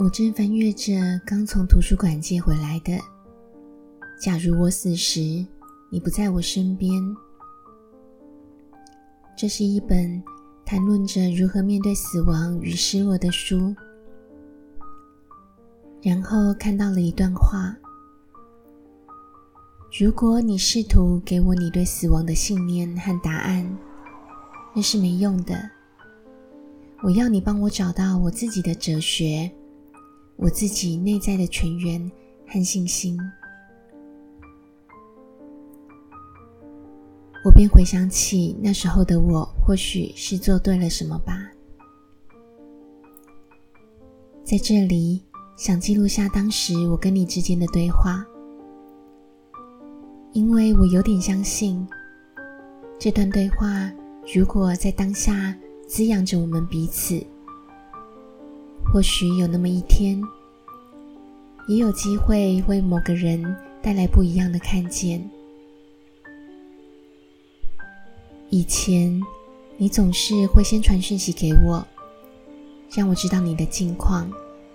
我正翻阅着刚从图书馆借回来的《假如我死时，你不在我身边》。这是一本谈论着如何面对死亡与失落的书。然后看到了一段话：如果你试图给我你对死亡的信念和答案，那是没用的。我要你帮我找到我自己的哲学，我自己内在的泉源和信心。我便回想起那时候的我，或许是做对了什么吧。在这里，想记录下当时我跟你之间的对话，因为我有点相信，这段对话如果在当下滋养着我们彼此，或许有那么一天，也有机会为某个人带来不一样的看见。以前，你总是会先传讯息给我，让我知道你的近况。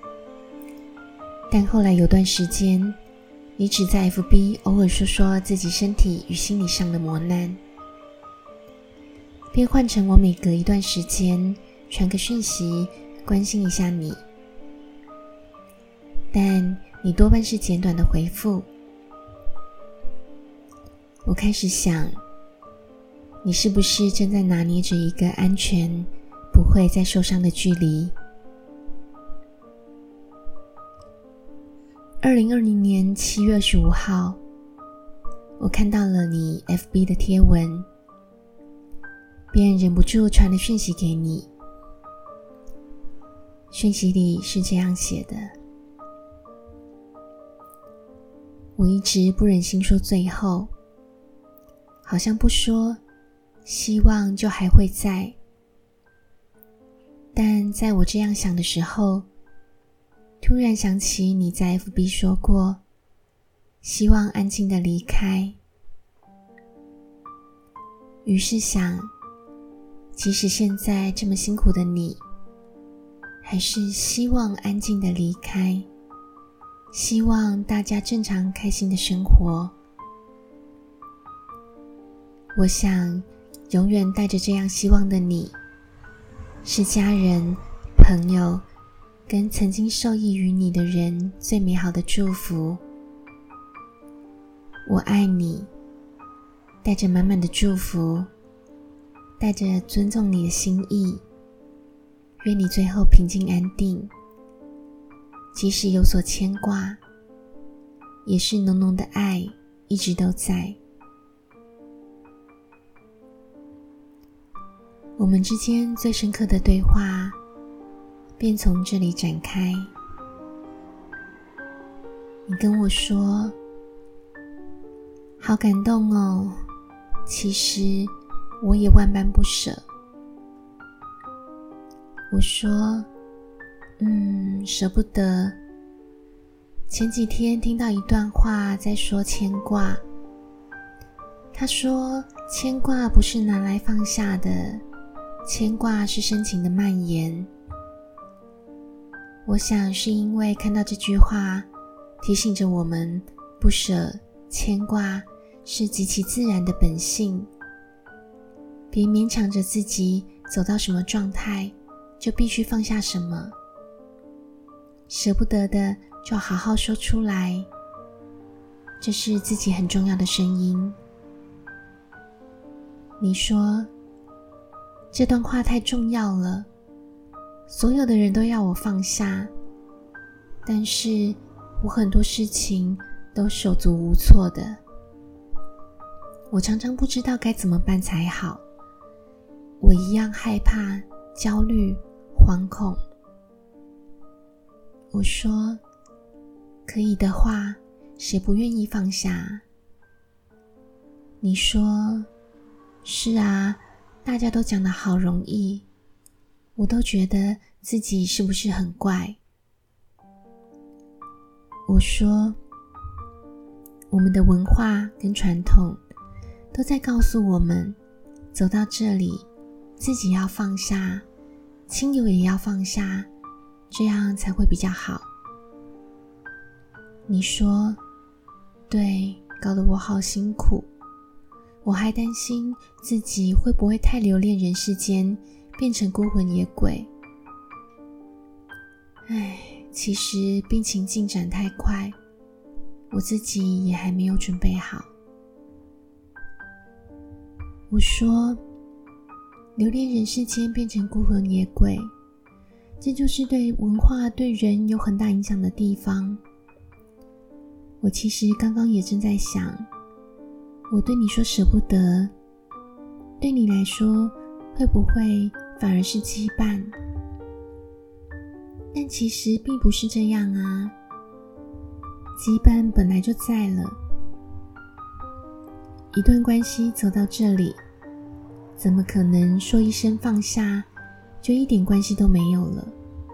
但后来有段时间，你只在 FB 偶尔说说自己身体与心理上的磨难，便换成我每隔一段时间传个讯息关心一下你。但你多半是简短的回复。我开始想，你是不是正在拿捏着一个安全，不会再受伤的距离？2020年7月25号，我看到了你 FB 的贴文，便忍不住传了讯息给你。讯息里是这样写的：我一直不忍心说最后，好像不说希望就还会在，但在我这样想的时候，突然想起你在 FB 说过希望安静地离开，于是想，即使现在这么辛苦的你，还是希望安静地离开，希望大家正常开心的生活。我想永远带着这样希望的你，是家人、朋友跟曾经受益于你的人最美好的祝福。我爱你，带着满满的祝福，带着尊重你的心意，愿你最后平静安定，即使有所牵挂，也是浓浓的爱一直都在。我们之间最深刻的对话便从这里展开。你跟我说，好感动哦，其实我也万般不舍。我说，舍不得。前几天听到一段话在说牵挂，他说牵挂不是拿来放下的，牵挂是深情的蔓延。我想是因为看到这句话，提醒着我们不舍、牵挂是极其自然的本性，别勉强着自己走到什么状态就必须放下什么，舍不得的就好好说出来，这是自己很重要的声音。你说这段话太重要了，所有的人都要我放下，但是我很多事情都手足无措的，我常常不知道该怎么办才好，我一样害怕、焦虑、惶恐。我说，可以的话，谁不愿意放下？你说，是啊，大家都讲得好容易，我都觉得自己是不是很怪？我说，我们的文化跟传统都在告诉我们，走到这里，自己要放下，亲友也要放下， 这样才会比较好。你说，对，搞得我好辛苦，我还担心自己会不会太留恋人世间，变成孤魂野鬼。其实病情进展太快，我自己也还没有准备好。我说，留恋人世间变成孤魂野鬼，这就是对文化对人有很大影响的地方。我其实刚刚也正在想，我对你说舍不得，对你来说会不会反而是羁绊？但其实并不是这样啊，羁绊本来就在了。一段关系走到这里，怎么可能说一声放下，就一点关系都没有了？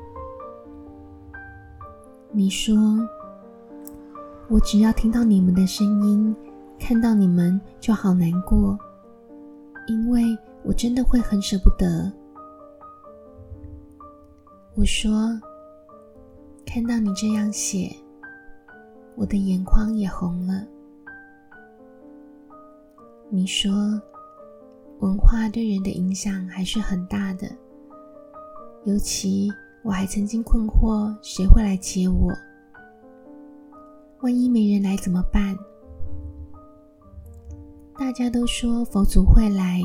你说，我只要听到你们的声音，看到你们就好难过，因为我真的会很舍不得。我说，看到你这样写，我的眼眶也红了。你说，文化对人的影响还是很大的，尤其我还曾经困惑谁会来接我，万一没人来怎么办？大家都说佛祖会来，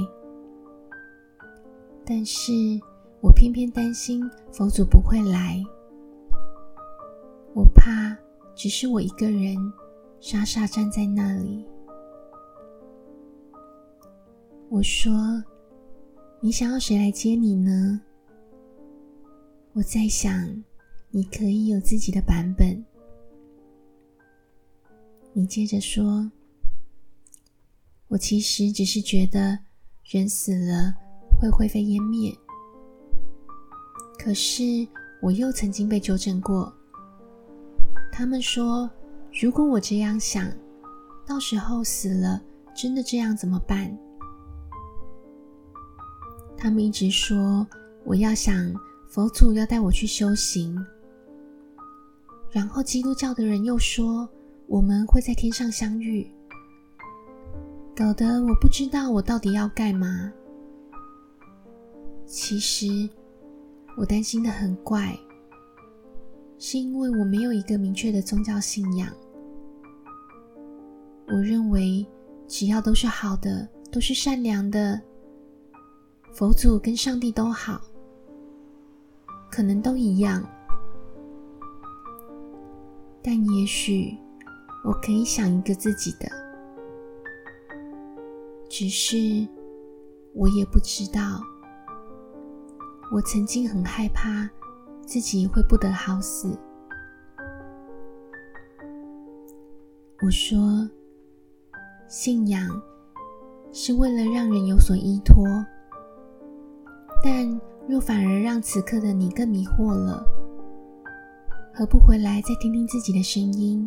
但是我偏偏担心佛祖不会来，我怕只是我一个人傻傻站在那里。我说，你想要谁来接你呢？我在想，你可以有自己的版本。你接着说，我其实只是觉得人死了会灰飞烟灭，可是我又曾经被纠正过。他们说，如果我这样想，到时候死了真的这样怎么办？他们一直说我要想佛祖要带我去修行，然后基督教的人又说我们会在天上相遇，搞得我不知道我到底要干嘛。其实我担心的很怪，是因为我没有一个明确的宗教信仰。我认为只要都是好的，都是善良的，佛祖跟上帝都好，可能都一样。但也许我可以想一个自己的，只是我也不知道。我曾经很害怕自己会不得好死。我说，信仰是为了让人有所依托，但若反而让此刻的你更迷惑了，何不回来再听听自己的声音？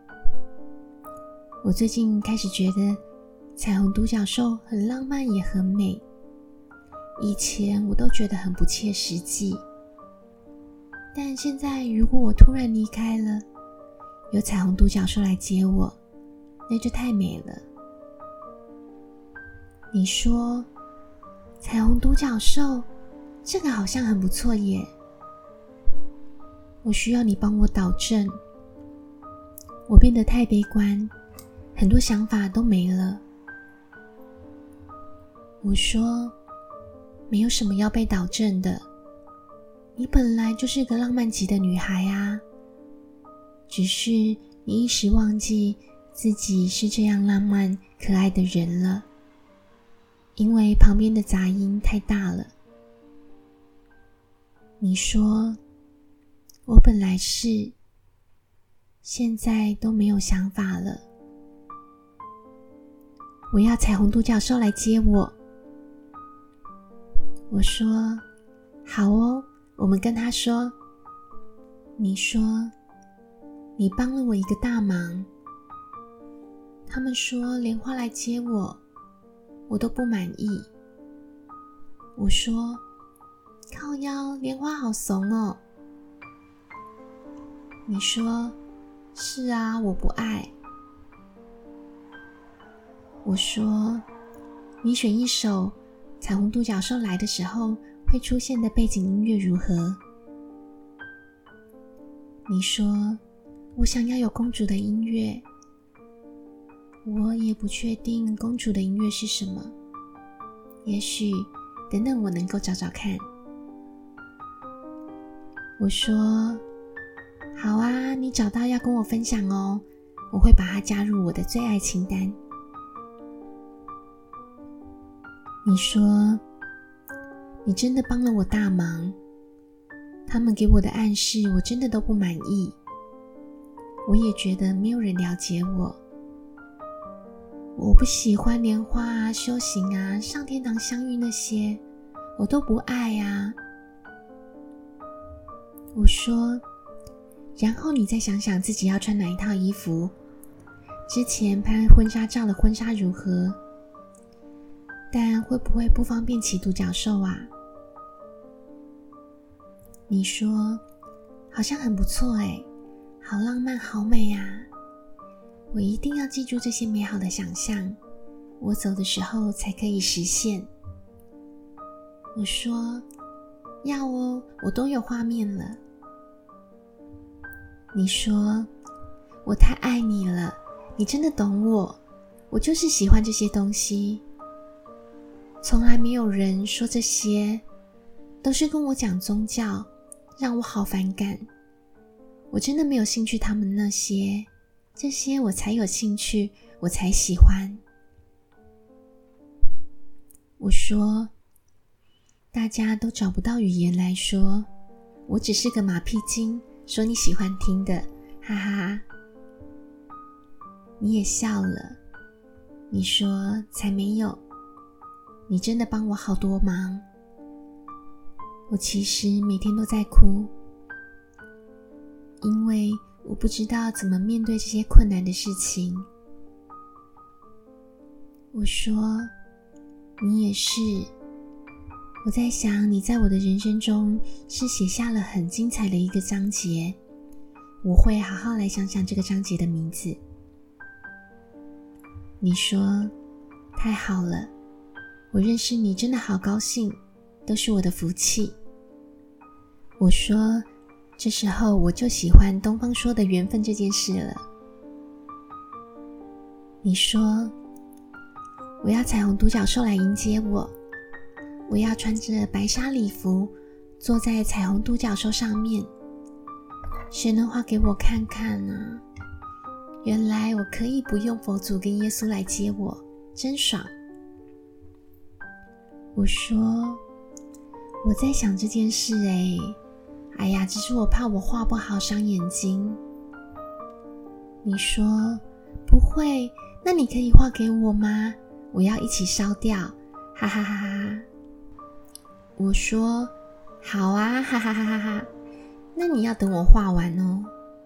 我最近开始觉得彩虹独角兽很浪漫也很美，以前我都觉得很不切实际，但现在如果我突然离开了，有彩虹独角兽来接我，那就太美了。你说，彩虹独角兽，这个好像很不错耶。我需要你帮我导正，我变得太悲观，很多想法都没了。我说，没有什么要被导正的，你本来就是个浪漫级的女孩啊，只是你一时忘记自己是这样浪漫可爱的人了，因为旁边的杂音太大了。你说，我本来是，现在都没有想法了。我要彩虹独角兽来接我。我说，好哦，我们跟他说。你说，你帮了我一个大忙。他们说莲花来接我，我都不满意。我说，靠腰，莲花好怂哦。 你说，是啊，我不爱。我说，你选一首彩虹独角兽来的时候会出现的背景音乐如何？你说，我想要有公主的音乐。我也不确定公主的音乐是什么，也许等等我能够找找看。我说，好啊，你找到要跟我分享哦，我会把它加入我的最爱清单。你说，你真的帮了我大忙，他们给我的暗示我真的都不满意，我也觉得没有人了解我。我不喜欢莲花啊、修行啊、上天堂相遇那些，我都不爱啊。我说，然后你再想想自己要穿哪一套衣服，之前拍婚纱照的婚纱如何，但会不会不方便骑独角兽啊？你说，好像很不错耶，好浪漫好美啊，我一定要记住这些美好的想象，我走的时候才可以实现。我说，要哦，我都有画面了。你说，我太爱你了，你真的懂我，我就是喜欢这些东西。从来没有人说这些，都是跟我讲宗教，让我好反感。我真的没有兴趣他们那些，这些我才有兴趣，我才喜欢。我说，大家都找不到语言来说，我只是个马屁精，说你喜欢听的，哈哈。你也笑了，你说才没有，你真的帮我好多忙。我其实每天都在哭，因为我不知道怎么面对这些困难的事情。我说，你也是。我在想，你在我的人生中是写下了很精彩的一个章节，我会好好来想想这个章节的名字。你说，太好了，我认识你真的好高兴，都是我的福气。我说，这时候我就喜欢东方说的缘分这件事了。你说，我要彩虹独角兽来迎接我，我要穿着白纱礼服，坐在彩虹独角兽上面。谁能画给我看看啊？原来我可以不用佛祖跟耶稣来接我，真爽。我说，我在想这件事哎呀，只是我怕我画不好伤眼睛。你说，不会，那你可以画给我吗？我要一起烧掉，哈哈哈哈。我说，好啊，哈哈哈哈，那你要等我画完哦。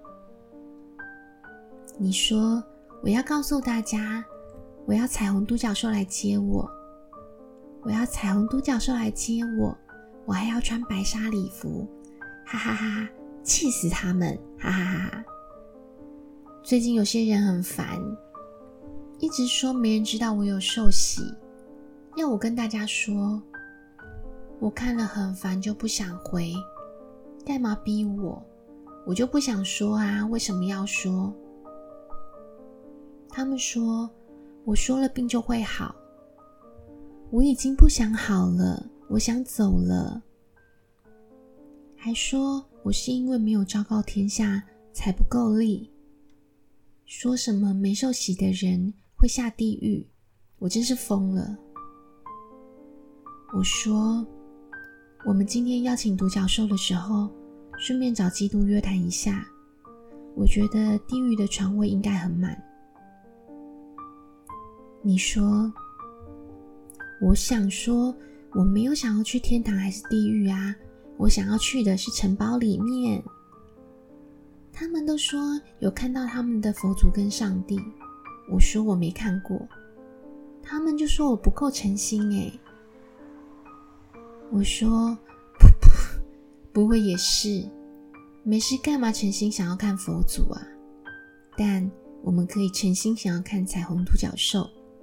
你说，我要告诉大家，我要彩虹独角兽来接我，我要彩虹独角兽来接我，我还要穿白纱礼服，哈哈哈哈，气死他们，哈哈哈哈。最近有些人很烦，一直说没人知道我有受洗，要我跟大家说，我看了很烦就不想回，干嘛逼我？我就不想说啊，为什么要说？他们说，我说了病就会好，我已经不想好了，我想走了。还说我是因为没有昭告天下才不够力，说什么没受洗的人会下地狱，我真是疯了。我说，我们今天邀请独角兽的时候，顺便找基督约谈一下，我觉得地狱的床位应该很满。你说，我想说，我没有想要去天堂还是地狱啊，我想要去的是城堡里面。他们都说有看到他们的佛祖跟上帝，我说我没看过，他们就说我不够诚心我说不会也是， 没事干嘛诚心想要看佛祖啊？但我们可以诚心想要看彩虹独角兽。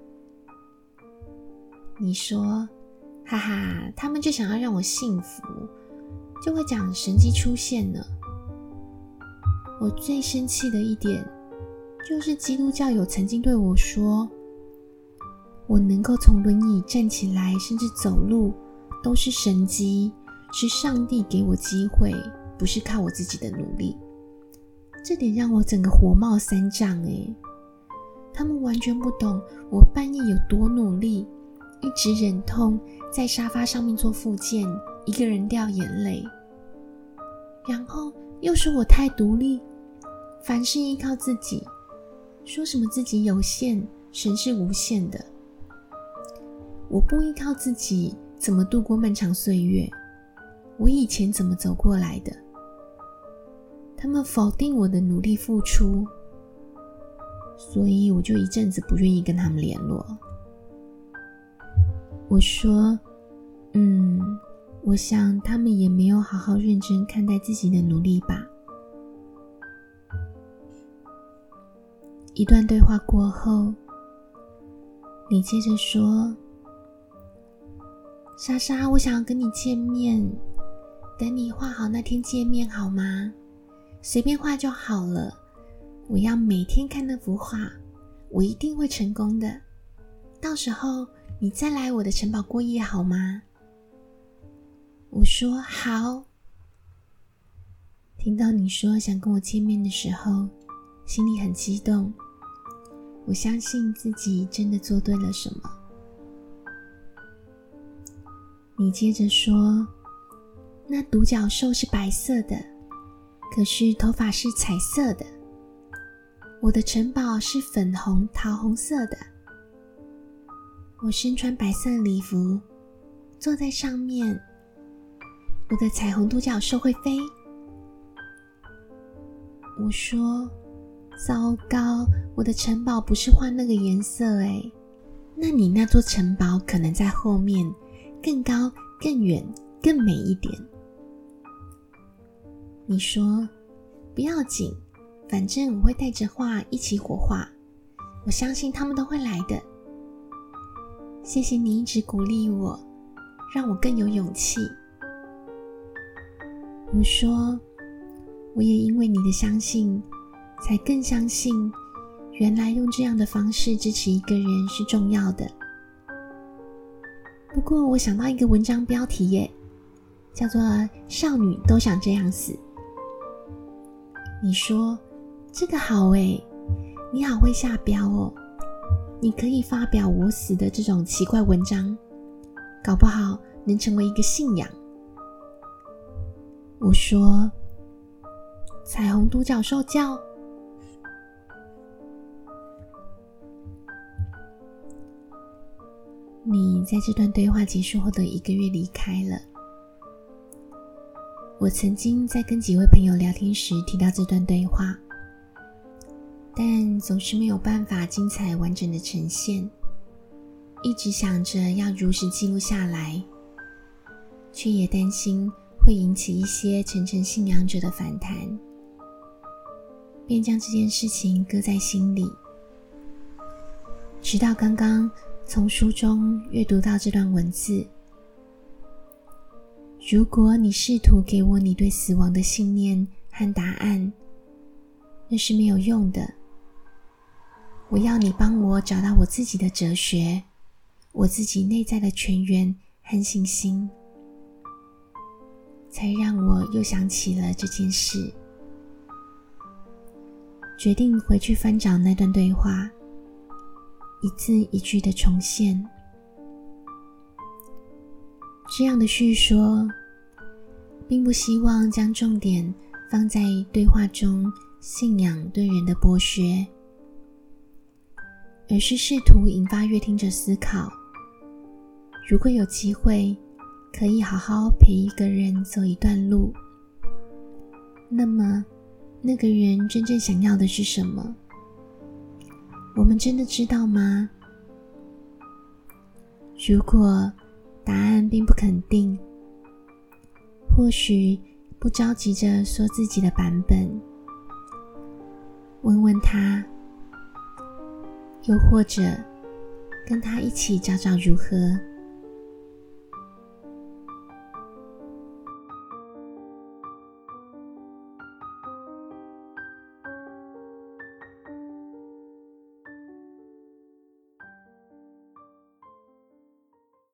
你说，哈哈，他们就想要让我幸福，就会讲神迹出现了。我最生气的一点，就是基督教友曾经对我说，我能够从轮椅站起来，甚至走路，都是神迹，是上帝给我机会，不是靠我自己的努力。这点让我整个火冒三丈耶。他们完全不懂我半夜有多努力，一直忍痛在沙发上面做复健，一个人掉眼泪，然后又说我太独立，凡事依靠自己，说什么自己有限，神是无限的。我不依靠自己，怎么度过漫长岁月？我以前怎么走过来的？他们否定我的努力付出，所以我就一阵子不愿意跟他们联络。我说，我想他们也没有好好认真看待自己的努力吧。一段对话过后，你接着说，莎莎，我想要跟你见面，等你画好那天见面好吗？随便画就好了，我要每天看那幅画，我一定会成功的。到时候你再来我的城堡过夜好吗？我说好。听到你说想跟我见面的时候，心里很激动，我相信自己真的做对了什么。你接着说，那独角兽是白色的，可是头发是彩色的。我的城堡是粉红桃红色的，我身穿白色礼服，坐在上面，我的彩虹独角兽会飞。我说，糟糕，我的城堡不是画那个颜色耶，那你那座城堡可能在后面，更高更远更美一点。你说不要紧，反正我会带着画一起火化，我相信他们都会来的。谢谢你一直鼓励我，让我更有勇气。我说，我也因为你的相信，才更相信原来用这样的方式支持一个人是重要的。不过我想到一个文章标题耶，叫做少女都想这样死。你说这个好耶，你好会下标哦，你可以发表我死的这种奇怪文章，搞不好能成为一个信仰。我说，彩虹独角兽叫。你在这段对话结束后的1个月离开了。我曾经在跟几位朋友聊天时提到这段对话，但总是没有办法精彩完整的呈现，一直想着要如实记录下来，却也担心会引起一些诚诚信仰者的反弹，便将这件事情搁在心里。直到刚刚从书中阅读到这段文字，如果你试图给我你对死亡的信念和答案，那是没有用的。我要你帮我找到我自己的哲学，我自己内在的泉源和信心，才让我又想起了这件事。决定回去翻找那段对话，一字一句的重现。这样的叙说并不希望将重点放在对话中信仰对人的剥削，而是试图引发阅听者思考，如果有机会可以好好陪一个人走一段路，那么那个人真正想要的是什么？我们真的知道吗？如果答案并不肯定，或许不着急着说自己的版本，问问他，又或者跟他一起找找如何